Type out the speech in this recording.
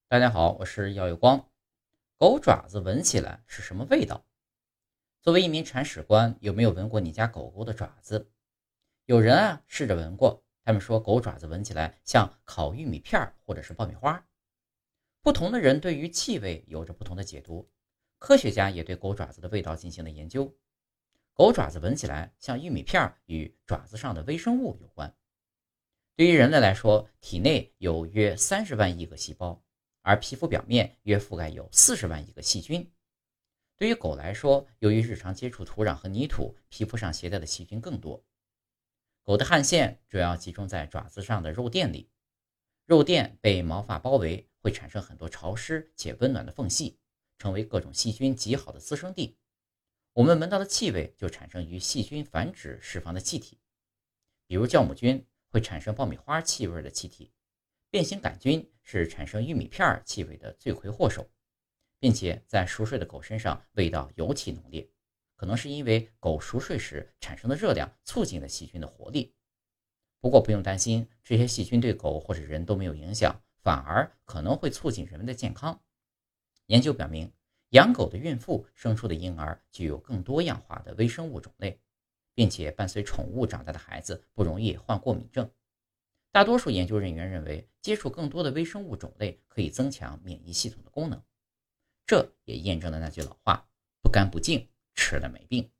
大家好，我是耀有光。狗爪子闻起来是什么味道？作为一名铲屎官，有没有闻过你家狗狗的爪子？有人试着闻过，他们说狗爪子闻起来像烤玉米片或者是爆米花。不同的人对于气味有着不同的解读，科学家也对狗爪子的味道进行了研究。狗爪子闻起来像玉米片与爪子上的微生物有关。对于人类来说，体内有约30万亿个细胞，而皮肤表面约覆盖有40万亿个细菌。对于狗来说，由于日常接触土壤和泥土，皮肤上携带的细菌更多。狗的汗腺主要集中在爪子上的肉垫里，肉垫被毛发包围，会产生很多潮湿且温暖的缝隙，成为各种细菌极好的滋生地。我们闻到的气味就产生于细菌繁殖释放的气体，比如酵母菌会产生爆米花气味的气体，变形杆菌是产生玉米片气味的罪魁祸首，并且在熟睡的狗身上味道尤其浓烈，可能是因为狗熟睡时产生的热量促进了细菌的活力。不过不用担心，这些细菌对狗或者人都没有影响，反而可能会促进人们的健康。研究表明，养狗的孕妇生出的婴儿具有更多样化的微生物种类，并且伴随宠物长大的孩子不容易患过敏症。大多数研究人员认为，接触更多的微生物种类可以增强免疫系统的功能。这也验证了那句老话：不干不净，吃了没病。